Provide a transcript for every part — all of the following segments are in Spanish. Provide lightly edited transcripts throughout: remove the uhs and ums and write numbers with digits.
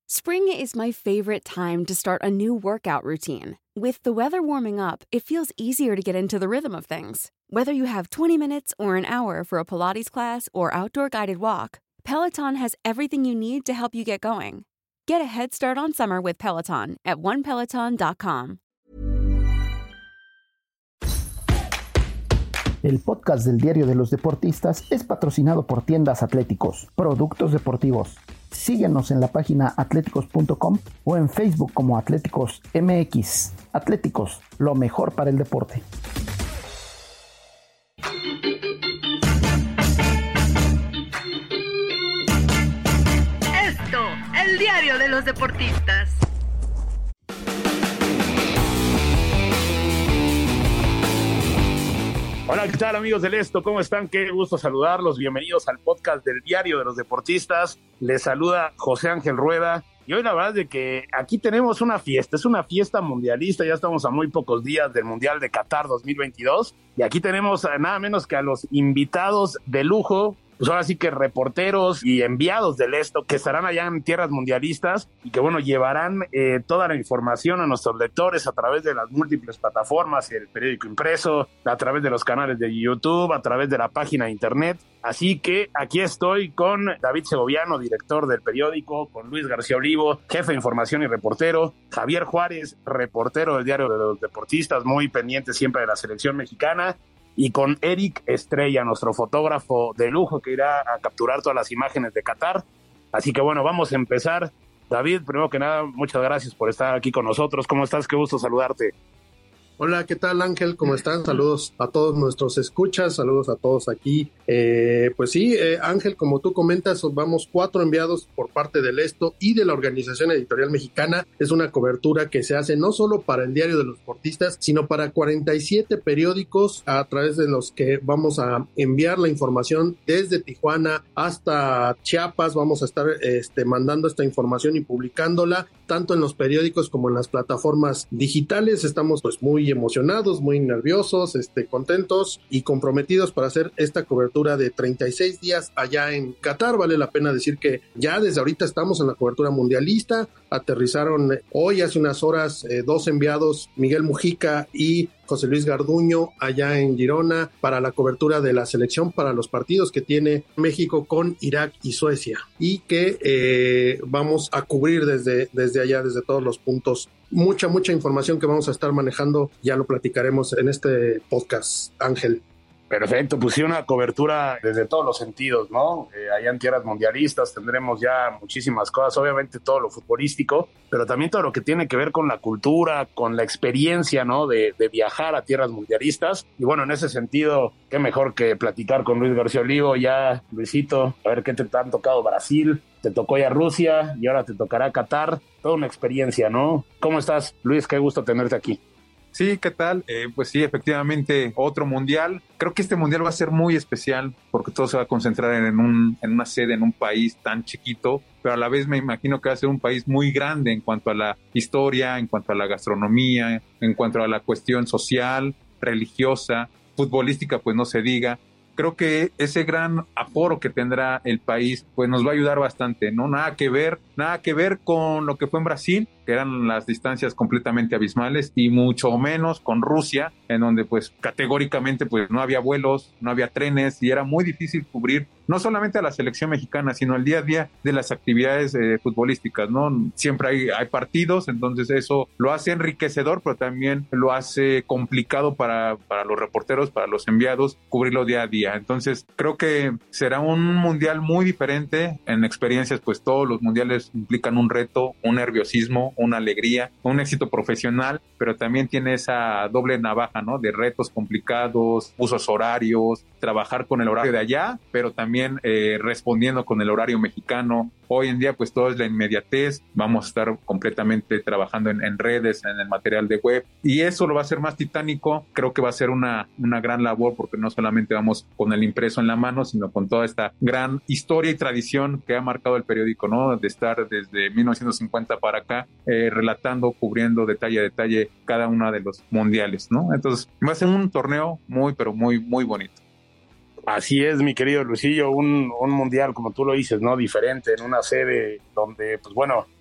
Spring is my favorite time to start a new workout routine. With the weather warming up, it feels easier to get into the rhythm of things. Whether you have 20 minutes or an hour for a Pilates class or outdoor guided walk, Peloton has everything you need to help you get going. Get a head start on summer with Peloton at onepeloton.com. El podcast del Diario de los Deportistas es patrocinado por Tiendas Atléticos, productos deportivos. Síguenos en la página atléticos.com o en Facebook como Atléticos MX. Atléticos, lo mejor para el deporte. Esto, el Diario de los Deportistas. Hola, ¿qué tal amigos del Esto? ¿Cómo están? Qué gusto saludarlos. Bienvenidos al podcast del Diario de los Deportistas. Les saluda José Ángel Rueda. Y hoy la verdad es de que aquí tenemos una fiesta, es una fiesta mundialista, ya estamos a muy pocos días del Mundial de Qatar 2022 y aquí tenemos nada menos que a los invitados de lujo, pues ahora sí que reporteros y enviados del Esto que estarán allá en tierras mundialistas y que bueno, llevarán toda la información a nuestros lectores a través de las múltiples plataformas, el periódico impreso, a través de los canales de YouTube, a través de la página de internet. Así que aquí estoy con David Segoviano, director del periódico, con Luis García Olivo, jefe de información y reportero, Javier Juárez, reportero del Diario de los Deportistas, muy pendiente siempre de la selección mexicana, y con Eric Estrella, nuestro fotógrafo de lujo que irá a capturar todas las imágenes de Qatar. Así que bueno, vamos a empezar. David, primero que nada, muchas gracias por estar aquí con nosotros. ¿Cómo estás? Qué gusto saludarte. Hola, ¿qué tal Ángel? ¿Cómo están? Saludos a todos nuestros escuchas, saludos a todos aquí. Pues sí, Ángel, como tú comentas, vamos 4 enviados por parte del Esto y de la Organización Editorial Mexicana. Es una cobertura que se hace no solo para el Diario de los Deportistas, sino para 47 periódicos a través de los que vamos a enviar la información desde Tijuana hasta Chiapas. Vamos a estar mandando esta información y publicándola tanto en los periódicos como en las plataformas digitales. Estamos pues muy emocionados, muy nerviosos, contentos y comprometidos para hacer esta cobertura de 36 días allá en Qatar. Vale la pena decir que ya desde ahorita estamos en la cobertura mundialista. Aterrizaron hoy hace unas horas 2 enviados, Miguel Mujica y José Luis Garduño, allá en Girona para la cobertura de la selección para los partidos que tiene México con Irak y Suecia y que vamos a cubrir desde allá, desde todos los puntos. Mucha información que vamos a estar manejando, ya lo platicaremos en este podcast, Ángel. Perfecto, pues sí, una cobertura desde todos los sentidos, ¿no? Allá en tierras mundialistas tendremos ya muchísimas cosas, obviamente todo lo futbolístico, pero también todo lo que tiene que ver con la cultura, con la experiencia, ¿no? De viajar a tierras mundialistas. Y bueno, en ese sentido, qué mejor que platicar con Luis García Olivo. Ya, Luisito, a ver qué te han tocado Brasil, te tocó ya Rusia y ahora te tocará Qatar. Toda una experiencia, ¿no? ¿Cómo estás, Luis? Qué gusto tenerte aquí. Sí, ¿qué tal? Pues sí, efectivamente, otro mundial. Creo que este mundial va a ser muy especial porque todo se va a concentrar en una sede, en un país tan chiquito, pero a la vez me imagino que va a ser un país muy grande en cuanto a la historia, en cuanto a la gastronomía, en cuanto a la cuestión social, religiosa, futbolística, pues no se diga. Creo que ese gran aforo que tendrá el país pues nos va a ayudar bastante, ¿no? Nada que ver con lo que fue en Brasil, que eran las distancias completamente abismales, y mucho menos con Rusia, en donde pues categóricamente pues no había vuelos, no había trenes y era muy difícil cubrir no solamente a la selección mexicana, sino el día a día de las actividades futbolísticas, ¿no? Siempre hay partidos, entonces eso lo hace enriquecedor, pero también lo hace complicado para los reporteros, para los enviados, cubrirlo día a día. Entonces creo que será un mundial muy diferente en experiencias, pues todos los mundiales implican un reto, un nerviosismo, una alegría, un éxito profesional, pero también tiene esa doble navaja, ¿no? De retos complicados, usos horarios, trabajar con el horario de allá, pero también respondiendo con el horario mexicano. Hoy en día pues todo es la inmediatez, vamos a estar completamente trabajando en redes, en el material de web, y eso lo va a hacer más titánico. Creo que va a ser una gran labor, porque no solamente vamos con el impreso en la mano, sino con toda esta gran historia y tradición que ha marcado el periódico, ¿no? De estar desde 1950 para acá relatando, cubriendo detalle a detalle cada uno de los mundiales, ¿no? Entonces va a ser un torneo muy, pero muy, muy bonito. Así es, mi querido Luisillo, un mundial, como tú lo dices, ¿no? Diferente, en una sede donde, pues bueno,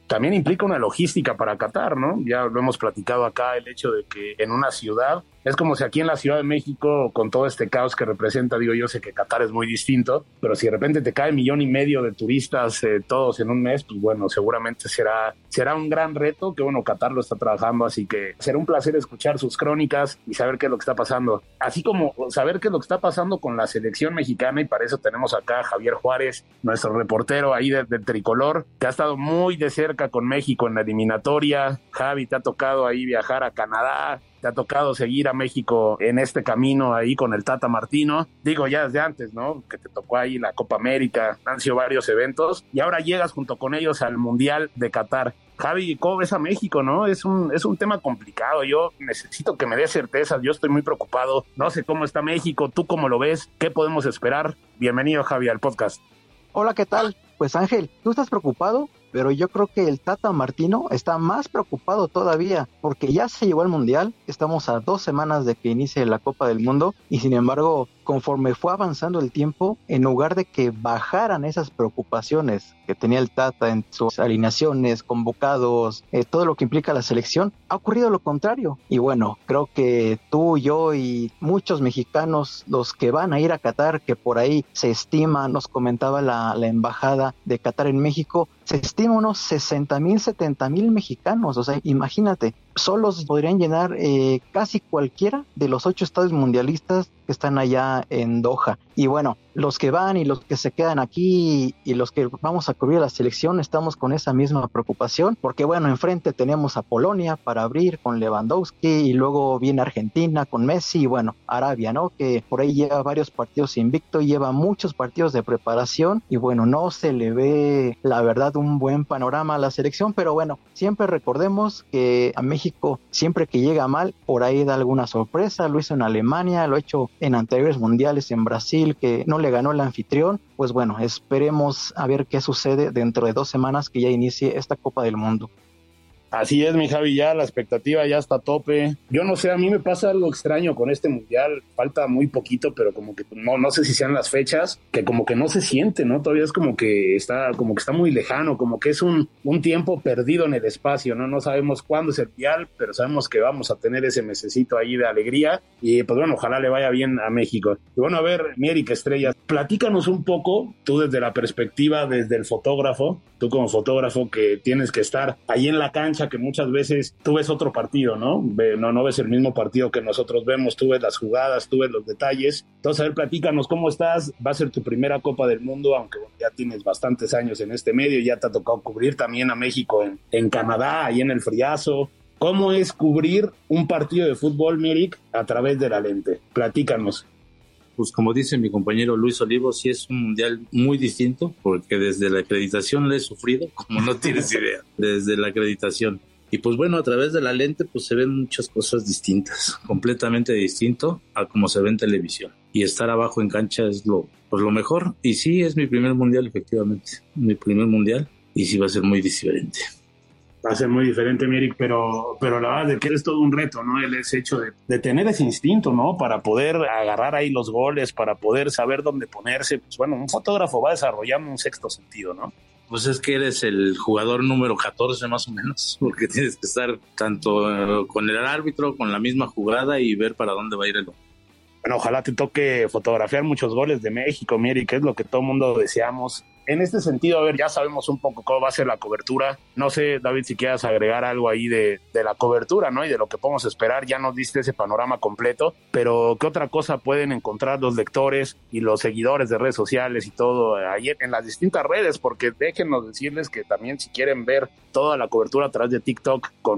también implica una logística para Qatar, ¿no? Ya lo hemos platicado acá, el hecho de que en una ciudad, es como si aquí en la Ciudad de México, con todo este caos que representa, digo, yo sé que Qatar es muy distinto, pero si de repente te cae 1,5 millones de turistas todos en un mes, pues bueno, seguramente será un gran reto, que bueno, Qatar lo está trabajando, así que será un placer escuchar sus crónicas y saber qué es lo que está pasando, así como saber qué es lo que está pasando con la selección mexicana, y para eso tenemos acá a Javier Juárez, nuestro reportero ahí del Tricolor, que ha estado muy de cerca con México en la eliminatoria. Javi, te ha tocado ahí viajar a Canadá, te ha tocado seguir a México en este camino ahí con el Tata Martino, digo ya desde antes, ¿no? Que te tocó ahí la Copa América, han sido varios eventos y ahora llegas junto con ellos al Mundial de Qatar. Javi, ¿cómo ves a México, no? Es un tema complicado, yo necesito que me des certezas, yo estoy muy preocupado, no sé cómo está México, ¿tú cómo lo ves? ¿Qué podemos esperar? Bienvenido, Javi, al podcast. Hola, ¿qué tal? Pues Ángel, tú estás preocupado, pero yo creo que el Tata Martino está más preocupado todavía, porque ya se llevó al Mundial, estamos a 2 semanas de que inicie la Copa del Mundo, y sin embargo, conforme fue avanzando el tiempo, en lugar de que bajaran esas preocupaciones que tenía el Tata en sus alineaciones, convocados, todo lo que implica la selección, ha ocurrido lo contrario. Y bueno, creo que tú, yo y muchos mexicanos, los que van a ir a Qatar, que por ahí se estima, nos comentaba la embajada de Qatar en México, se estima unos 60,000, 70,000 mexicanos. O sea, imagínate, solos podrían llenar casi cualquiera de los 8 estadios mundialistas que están allá en Doha. Y bueno, los que van y los que se quedan aquí y los que vamos a cubrir la selección estamos con esa misma preocupación, porque bueno, enfrente tenemos a Polonia para abrir con Lewandowski, y luego viene Argentina con Messi, y bueno, Arabia, ¿no? Que por ahí lleva varios partidos invicto, lleva muchos partidos de preparación, y bueno, no se le ve, la verdad, un buen panorama a la selección, pero bueno, siempre recordemos que a México, siempre que llega mal, por ahí da alguna sorpresa. Lo hizo en Alemania, lo ha hecho en anteriores mundiales en Brasil, que no le ganó el anfitrión. Pues bueno, esperemos a ver qué sucede dentro de 2 semanas que ya inicie esta Copa del Mundo. Así es, mi Javi, ya la expectativa ya está a tope. Yo no sé, a mí me pasa algo extraño con este mundial, falta muy poquito, pero como que no sé si sean las fechas, que como que no se siente, ¿no? Todavía es como que está muy lejano, como que es un tiempo perdido en el espacio, ¿no? No sabemos cuándo es el mundial, pero sabemos que vamos a tener ese mesecito ahí de alegría, y pues bueno, ojalá le vaya bien a México. Y bueno, a ver, mi Eric Estrella, platícanos un poco, tú desde la perspectiva, desde el fotógrafo, tú como fotógrafo que tienes que estar ahí en la cancha, que muchas veces tú ves otro partido, ¿no? No ves el mismo partido que nosotros vemos, tú ves las jugadas, tú ves los detalles. Entonces, a ver, platícanos cómo estás. Va a ser tu primera Copa del Mundo, aunque bueno, ya tienes bastantes años en este medio, ya te ha tocado cubrir también a México en Canadá, ahí en el friazo. ¿Cómo es cubrir un partido de fútbol, Mirik, a través de la lente? Platícanos. Pues como dice mi compañero Luis Olivo, sí es un mundial muy distinto, porque desde la acreditación lo he sufrido, como no tienes idea, desde la acreditación. Y pues bueno, a través de la lente pues se ven muchas cosas distintas, completamente distinto a como se ve en televisión. Y estar abajo en cancha es lo mejor. Y sí, es mi primer mundial, efectivamente, mi primer mundial, y sí va a ser muy diferente. Va a ser muy diferente, Mirik, pero la verdad es que es todo un reto, ¿no? El hecho de tener ese instinto, ¿no? Para poder agarrar ahí los goles, para poder saber dónde ponerse. Pues bueno, un fotógrafo va desarrollando un sexto sentido, ¿no? Pues es que eres el jugador número 14 más o menos, porque tienes que estar tanto con el árbitro, con la misma jugada y ver para dónde va a ir el. Bueno, ojalá te toque fotografiar muchos goles de México, Mirik, que es lo que todo mundo deseamos. En este sentido, a ver, ya sabemos un poco cómo va a ser la cobertura. No sé, David, si quieras agregar algo ahí de la cobertura, ¿no? Y de lo que podemos esperar. Ya nos diste ese panorama completo, pero ¿qué otra cosa pueden encontrar los lectores y los seguidores de redes sociales y todo ahí en las distintas redes? Porque déjenos decirles que también si quieren ver toda la cobertura a través de TikTok con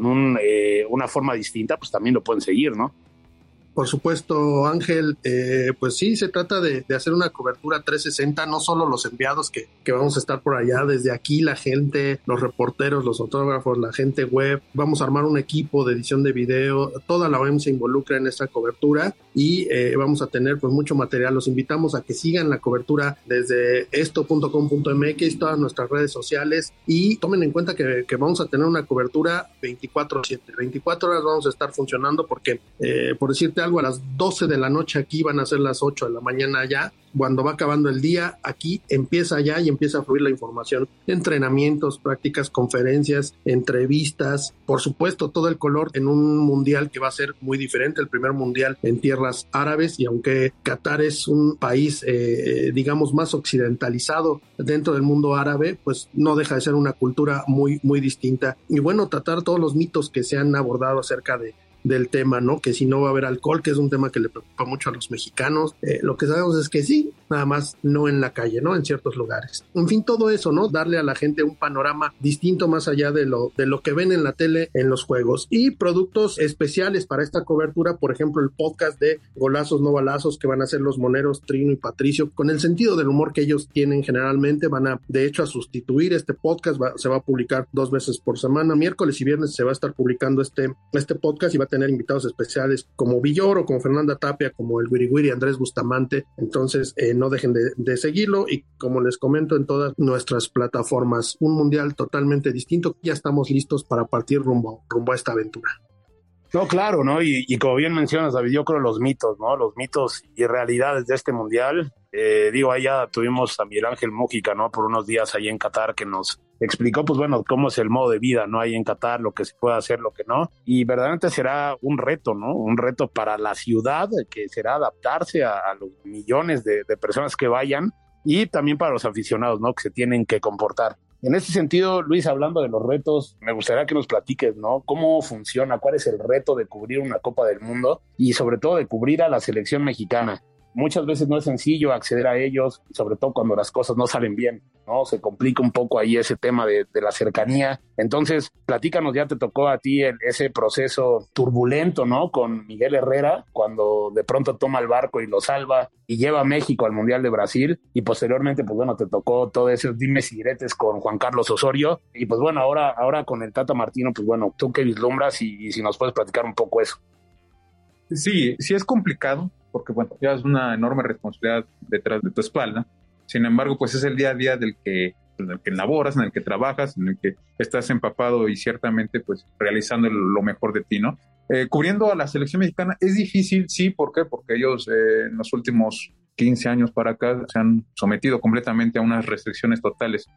una forma distinta, pues también lo pueden seguir, ¿no? Por supuesto, Ángel, pues sí, se trata de hacer una cobertura 360, no solo los enviados que vamos a estar por allá, desde aquí la gente, los reporteros, los fotógrafos, la gente web, vamos a armar un equipo de edición de video, toda la OEM se involucra en esta cobertura y vamos a tener pues mucho material. Los invitamos a que sigan la cobertura desde esto.com.mx, todas nuestras redes sociales, y tomen en cuenta que vamos a tener una cobertura 24/7, 24 horas vamos a estar funcionando, porque por decirte algo a las 12 de la noche aquí, van a ser las 8 de la mañana allá. Cuando va acabando el día, aquí empieza ya y empieza a fluir la información. Entrenamientos, prácticas, conferencias, entrevistas, por supuesto todo el color en un mundial que va a ser muy diferente, el primer mundial en tierras árabes, y aunque Qatar es un país, digamos, más occidentalizado dentro del mundo árabe, pues no deja de ser una cultura muy, muy distinta. Y bueno, tratar todos los mitos que se han abordado acerca del tema, ¿no? Que si no va a haber alcohol, que es un tema que le preocupa mucho a los mexicanos. Lo que sabemos es que sí, nada más no en la calle, ¿no? En ciertos lugares. En fin, todo eso, ¿no? Darle a la gente un panorama distinto más allá de lo que ven en la tele, en los juegos. Y productos especiales para esta cobertura, por ejemplo, el podcast de Golazos no Balazos, que van a ser los moneros Trino y Patricio, con el sentido del humor que ellos tienen generalmente. Van a, de hecho, a sustituir este podcast. Se va a publicar 2 veces por semana. Miércoles y viernes se va a estar publicando este podcast, y va a tener invitados especiales como Villoro, como Fernanda Tapia, como el Wiri Andrés Bustamante. Entonces no dejen de seguirlo, y como les comento, en todas nuestras plataformas, un mundial totalmente distinto. Ya estamos listos para partir rumbo a esta aventura. No, claro, ¿no? Y como bien mencionas, David, yo creo los mitos, ¿no? Los mitos y realidades de este mundial. Ahí ya tuvimos a Miguel Ángel Mújica, ¿no? Por unos días ahí en Qatar, que nos explicó, pues bueno, cómo es el modo de vida, ¿no? Ahí en Qatar, lo que se puede hacer, lo que no. Y verdaderamente será un reto, ¿no? Un reto para la ciudad, que será adaptarse a los millones de personas que vayan, y también para los aficionados, ¿no? Que se tienen que comportar. En ese sentido, Luis, hablando de los retos, me gustaría que nos platiques, ¿no? ¿Cómo funciona? ¿Cuál es el reto de cubrir una Copa del Mundo? Y sobre todo de cubrir a la selección mexicana. Muchas veces no es sencillo acceder a ellos, sobre todo cuando las cosas no salen bien, ¿no? Se complica un poco ahí ese tema de la cercanía. Entonces, platícanos, ya te tocó a ti ese proceso turbulento, ¿no? Con Miguel Herrera, cuando de pronto toma el barco y lo salva y lleva a México al Mundial de Brasil, y posteriormente, pues bueno, te tocó todos esos dimes y diretes con Juan Carlos Osorio, y pues bueno, ahora con el Tata Martino, pues bueno, tú qué vislumbras, y si nos puedes platicar un poco eso. Sí es complicado, porque bueno, ya es una enorme responsabilidad detrás de tu espalda. Sin embargo, pues es el día a día en el que laboras, en el que trabajas, en el que estás empapado y ciertamente pues realizando lo mejor de ti, ¿no? Cubriendo a la selección mexicana es difícil, sí, ¿por qué? Porque ellos en los últimos 15 años para acá se han sometido completamente a unas restricciones totales.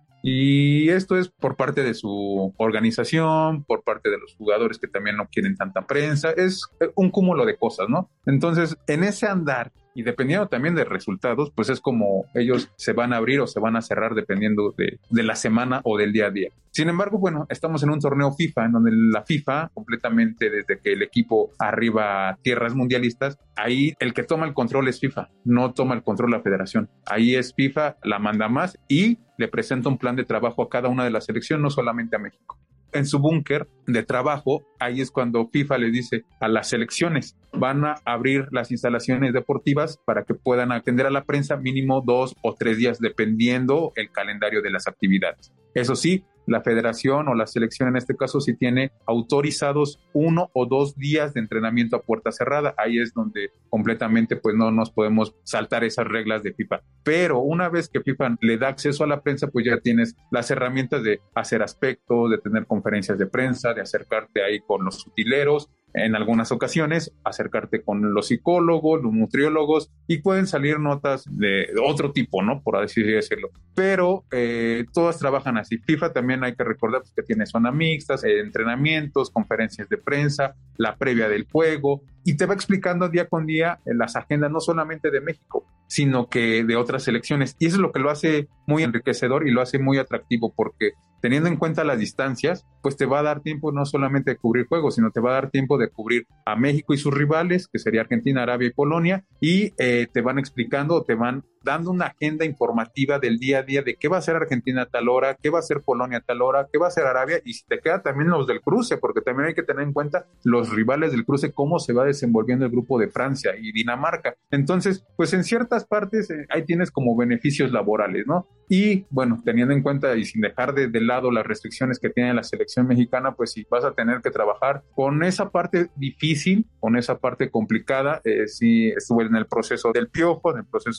Y esto es por parte de su organización, por parte de los jugadores que también no quieren tanta prensa. Es un cúmulo de cosas, ¿no? Entonces, en ese andar, y dependiendo también de resultados, pues es como ellos se van a abrir o se van a cerrar dependiendo de la semana o del día a día. Sin embargo, bueno, estamos en un torneo FIFA, en donde la FIFA, completamente desde que el equipo arriba a tierras mundialistas, ahí el que toma el control es FIFA, no toma el control la federación. Ahí es FIFA, la manda más y le presenta un plan de trabajo a cada una de las selecciones, no solamente a México. En su búnker de trabajo, ahí es cuando FIFA le dice a las selecciones, van a abrir las instalaciones deportivas para que puedan atender a la prensa mínimo 2 o 3 días, dependiendo el calendario de las actividades. Eso sí, la federación o la selección en este caso sí tiene autorizados 1 o 2 días de entrenamiento a puerta cerrada. Ahí es donde completamente pues no nos podemos saltar esas reglas de FIFA. Pero una vez que FIFA le da acceso a la prensa, pues ya tienes las herramientas de hacer aspectos, de tener conferencias de prensa, de acercarte ahí con los utileros, en algunas ocasiones acercarte con los psicólogos, los nutriólogos, y pueden salir notas de otro tipo, ¿no? Por así decirlo. Pero todas trabajan así. FIFA también hay que recordar pues, que tiene zona mixtas, entrenamientos, conferencias de prensa, la previa del juego, y te va explicando día con día las agendas no solamente de México, sino que de otras selecciones. Y eso es lo que lo hace muy enriquecedor y lo hace muy atractivo, porque teniendo en cuenta las distancias, pues te va a dar tiempo no solamente de cubrir juegos, sino te va a dar tiempo de cubrir a México y sus rivales, que sería Argentina, Arabia y Polonia, y te van explicando, te van dando una agenda informativa del día a día de qué va a hacer Argentina a tal hora, qué va a hacer Polonia a tal hora, qué va a hacer Arabia, y si te queda también los del cruce, porque también hay que tener en cuenta los rivales del cruce, cómo se va desenvolviendo el grupo de Francia y Dinamarca. Entonces, pues en ciertas partes ahí tienes como beneficios laborales, ¿no? Y bueno, teniendo en cuenta y sin dejar de lado las restricciones que tiene la selección mexicana, pues sí vas a tener que trabajar con esa parte difícil, con esa parte complicada. Sí estuve en el proceso del Piojo, en el proceso de Juan Carlos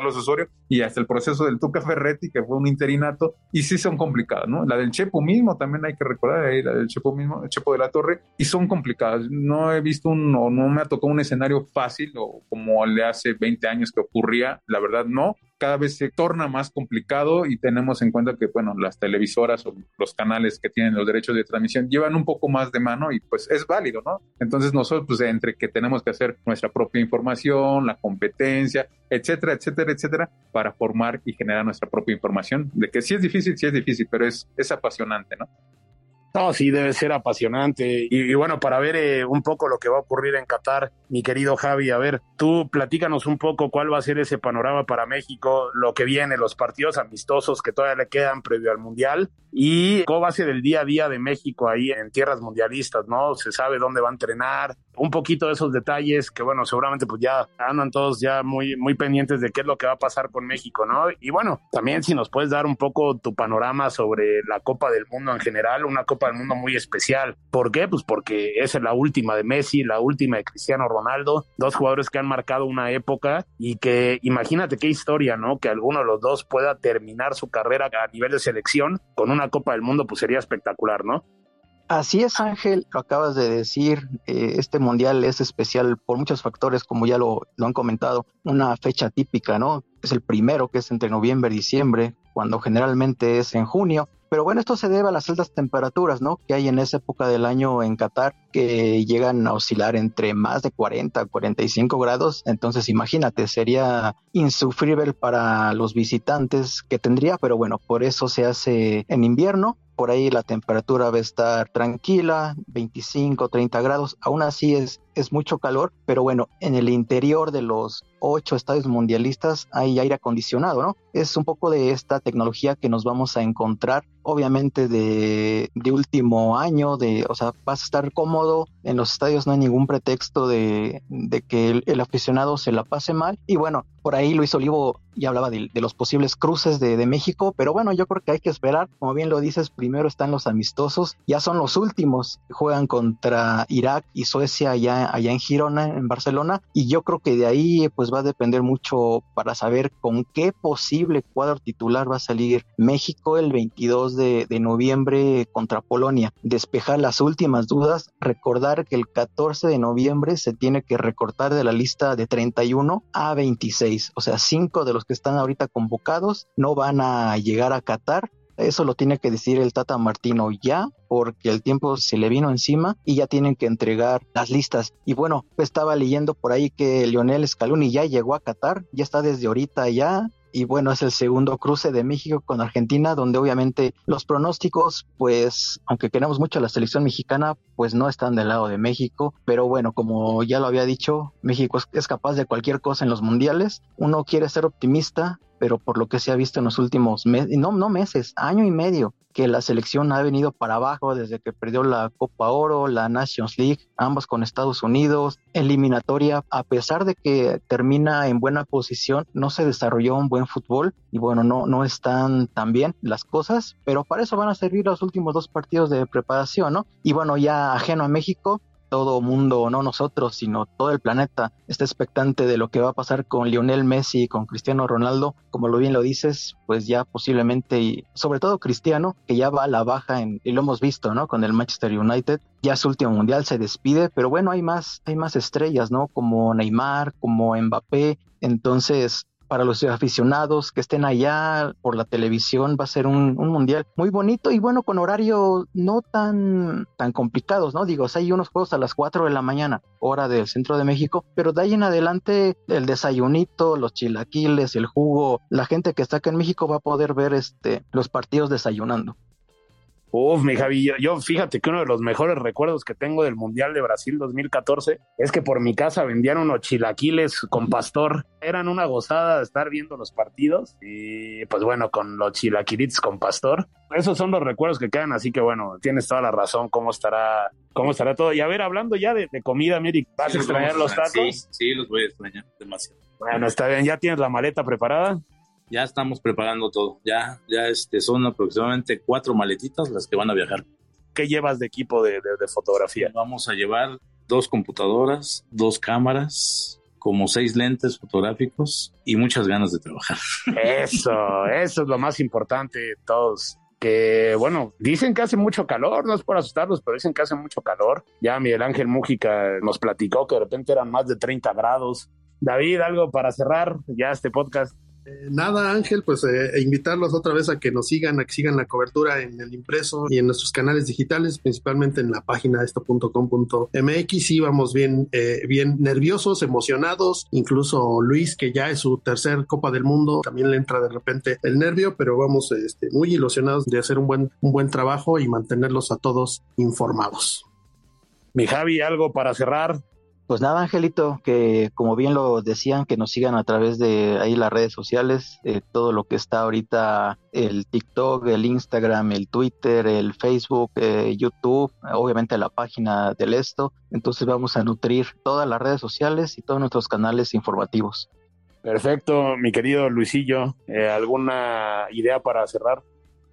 Carlos Osorio y hasta el proceso del Tuca Ferretti, que fue un interinato, y sí son complicadas, ¿no? La del Chepo mismo también hay que recordar, ahí la del Chepo mismo, el Chepo de la Torre, y son complicadas. No he visto o no me ha tocado un escenario fácil o como le hace 20 años que ocurría, la verdad no. Cada vez se torna más complicado y tenemos en cuenta que, bueno, las televisoras o los canales que tienen los derechos de transmisión llevan un poco más de mano y pues es válido, ¿no? Entonces nosotros, pues entre que tenemos que hacer nuestra propia información, la competencia, etcétera, etcétera, etcétera, para formar y generar nuestra propia información, de que sí es difícil, pero es apasionante, ¿no? No, sí, debe ser apasionante. Y bueno, para ver un poco lo que va a ocurrir en Qatar, mi querido Javi, a ver, tú platícanos un poco cuál va a ser ese panorama para México, lo que viene, los partidos amistosos que todavía le quedan previo al Mundial, y cómo va a ser el día a día de México ahí en tierras mundialistas, ¿no? Se sabe dónde va a entrenar, un poquito de esos detalles que, bueno, seguramente pues ya andan todos ya muy, muy pendientes de qué es lo que va a pasar con México, ¿no? Y bueno, también si nos puedes dar un poco tu panorama sobre la Copa del Mundo en general, una Copa del Mundo muy especial. ¿Por qué? Pues porque es la última de Messi, la última de Cristiano Ronaldo, dos jugadores que han marcado una época y que imagínate qué historia, ¿no? Que alguno de los dos pueda terminar su carrera a nivel de selección con una Copa del Mundo, pues sería espectacular, ¿no? Así es, Ángel, lo acabas de decir, este mundial es especial por muchos factores, como ya lo han comentado, una fecha típica, ¿no? Es el primero, que es entre noviembre y diciembre, cuando generalmente es en junio, pero bueno, esto se debe a las altas temperaturas, ¿no? Que hay en esa época del año en Qatar, que llegan a oscilar entre más de 40 a 45 grados, entonces imagínate, sería insufrible para los visitantes que tendría, pero bueno, por eso se hace en invierno. Por ahí la temperatura va a estar tranquila, 25, 30 grados, aún así es mucho calor, pero bueno, en el interior de los 8 estadios mundialistas hay aire acondicionado, ¿no? Es un poco de esta tecnología que nos vamos a encontrar, obviamente de último año, o sea, vas a estar cómodo, en los estadios no hay ningún pretexto de que el aficionado se la pase mal, y bueno, por ahí Luis Olivo ya hablaba de los posibles cruces de México, pero bueno, yo creo que hay que esperar, como bien lo dices, primero están los amistosos, ya son los últimos, juegan contra Irak y Suecia allá en Girona, en Barcelona, y yo creo que de ahí pues va a depender mucho para saber con qué posible cuadro titular va a salir México el 22 de noviembre contra Polonia. Despejar las últimas dudas, recordar que el 14 de noviembre se tiene que recortar de la lista de 31 a 26, o sea, 5 de los que están ahorita convocados no van a llegar a Qatar. Eso lo tiene que decir el Tata Martino ya, porque el tiempo se le vino encima y ya tienen que entregar las listas. Y bueno, estaba leyendo por ahí que Lionel Scaloni ya llegó a Qatar, ya está desde ahorita ya. Y bueno, es el segundo cruce de México con Argentina, donde obviamente los pronósticos, pues, aunque queremos mucho a la selección mexicana, pues no están del lado de México. Pero bueno, como ya lo había dicho, México es capaz de cualquier cosa en los mundiales. Uno quiere ser optimista, pero por lo que se ha visto en los últimos meses, no meses, año y medio, que la selección ha venido para abajo desde que perdió la Copa Oro, la Nations League, ambas con Estados Unidos, eliminatoria, a pesar de que termina en buena posición, no se desarrolló un buen fútbol y bueno, no están tan bien las cosas, pero para eso van a servir los últimos 2 partidos de preparación, ¿no? Y bueno, ya ajeno a México, todo mundo, no nosotros, sino todo el planeta está expectante de lo que va a pasar con Lionel Messi y con Cristiano Ronaldo. Como lo bien lo dices, pues ya posiblemente, y sobre todo Cristiano, que ya va a la baja, y lo hemos visto, ¿no? Con el Manchester United, ya su último mundial se despide, pero bueno, hay más estrellas, ¿no? Como Neymar, como Mbappé, entonces para los aficionados que estén allá por la televisión va a ser un mundial muy bonito y bueno, con horarios no tan complicados, ¿no? Digo, o sea, hay unos juegos a las 4 de la mañana, hora del centro de México, pero de ahí en adelante el desayunito, los chilaquiles, el jugo, la gente que está acá en México va a poder ver los partidos desayunando. Uf, mi Javi, yo fíjate que uno de los mejores recuerdos que tengo del Mundial de Brasil 2014 es que por mi casa vendían unos chilaquiles con pastor. Eran una gozada de estar viendo los partidos y pues bueno, con los chilaquilitos con pastor. Esos son los recuerdos que quedan, así que bueno, tienes toda la razón, cómo estará todo. Y a ver, hablando ya de comida, Miri, ¿vas a extrañar los tacos? Sí, los voy a extrañar demasiado. Bueno, está bien, ¿ya tienes la maleta preparada? Ya estamos preparando todo. Ya son aproximadamente 4 maletitas las que van a viajar. ¿Qué llevas de equipo de fotografía? Vamos a llevar 2 computadoras, 2 cámaras, como 6 lentes fotográficos y muchas ganas de trabajar. Eso es lo más importante de todos. Que bueno, dicen que hace mucho calor, no es por asustarlos, pero dicen que hace mucho calor. Ya Miguel Ángel Mújica nos platicó que de repente eran más de 30 grados. David, algo para cerrar ya este podcast. Nada, Ángel, pues invitarlos otra vez a que nos sigan, a que sigan la cobertura en el impreso y en nuestros canales digitales, principalmente en la página esto.com.mx. Sí, vamos bien nerviosos, emocionados. Incluso Luis, que ya es su tercer Copa del Mundo, también le entra de repente el nervio, pero vamos muy ilusionados de hacer un buen trabajo y mantenerlos a todos informados. Mi Javi, algo para cerrar. Pues nada, Angelito, que como bien lo decían, que nos sigan a través de ahí las redes sociales, todo lo que está ahorita, el TikTok, el Instagram, el Twitter, el Facebook, YouTube, obviamente la página del Esto. Entonces vamos a nutrir todas las redes sociales y todos nuestros canales informativos. Perfecto, mi querido Luisillo, ¿alguna idea para cerrar?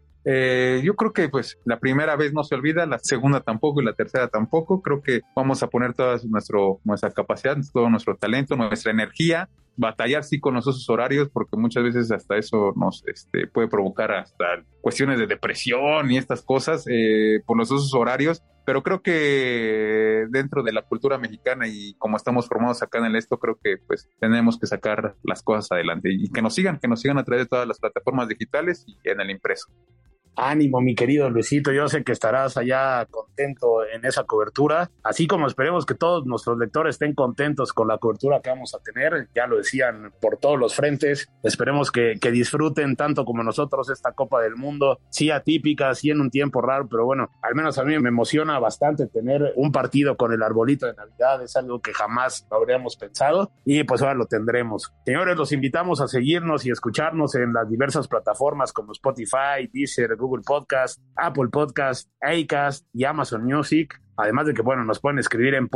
Yo creo que pues la primera vez no se olvida, la segunda tampoco y la tercera tampoco. Creo que vamos a poner toda nuestra capacidad, todo nuestro talento, nuestra energía, batallar sí con los usos horarios, porque muchas veces hasta eso nos puede provocar hasta cuestiones de depresión y estas cosas por los usos horarios. Pero creo que dentro de la cultura mexicana y como estamos formados acá en el Esto, creo que pues tenemos que sacar las cosas adelante y que nos sigan a través de todas las plataformas digitales y en el impreso. Ánimo, mi querido Luisito, yo sé que estarás allá contento en esa cobertura, así como esperemos que todos nuestros lectores estén contentos con la cobertura que vamos a tener, ya lo decían, por todos los frentes. Esperemos que disfruten tanto como nosotros esta Copa del Mundo, sí atípica, sí en un tiempo raro, pero bueno, al menos a mí me emociona bastante tener un partido con el arbolito de Navidad, es algo que jamás habríamos pensado y pues ahora lo tendremos. Señores, los invitamos a seguirnos y escucharnos en las diversas plataformas como Spotify, Deezer, Google Podcast, Apple Podcast, Acast y Amazon Music. Además de que, bueno, nos pueden escribir en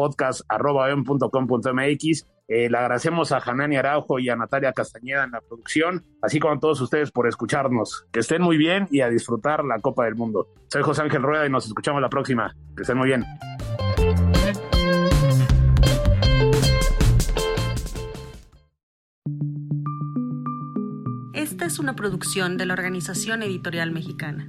podcast@com.mx. Le agradecemos a Hanani Araujo y a Natalia Castañeda en la producción, así como a todos ustedes por escucharnos. Que estén muy bien y a disfrutar la Copa del Mundo. Soy José Ángel Rueda y nos escuchamos la próxima. Que estén muy bien. Esta es una producción de la Organización Editorial Mexicana.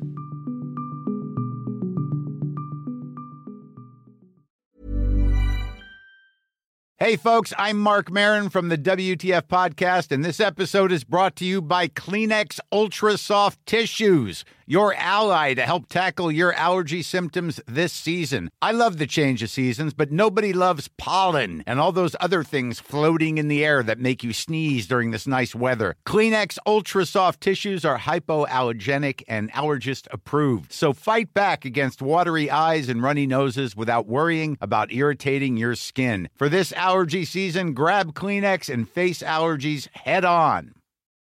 Hey, folks, I'm Mark Maron from the WTF Podcast, and this episode is brought to you by Kleenex Ultra Soft Tissues, your ally to help tackle your allergy symptoms this season. I love the change of seasons, but nobody loves pollen and all those other things floating in the air that make you sneeze during this nice weather. Kleenex Ultra Soft Tissues are hypoallergenic and allergist approved, so fight back against watery eyes and runny noses without worrying about irritating your skin. For this allergy season, grab Kleenex and face allergies head on.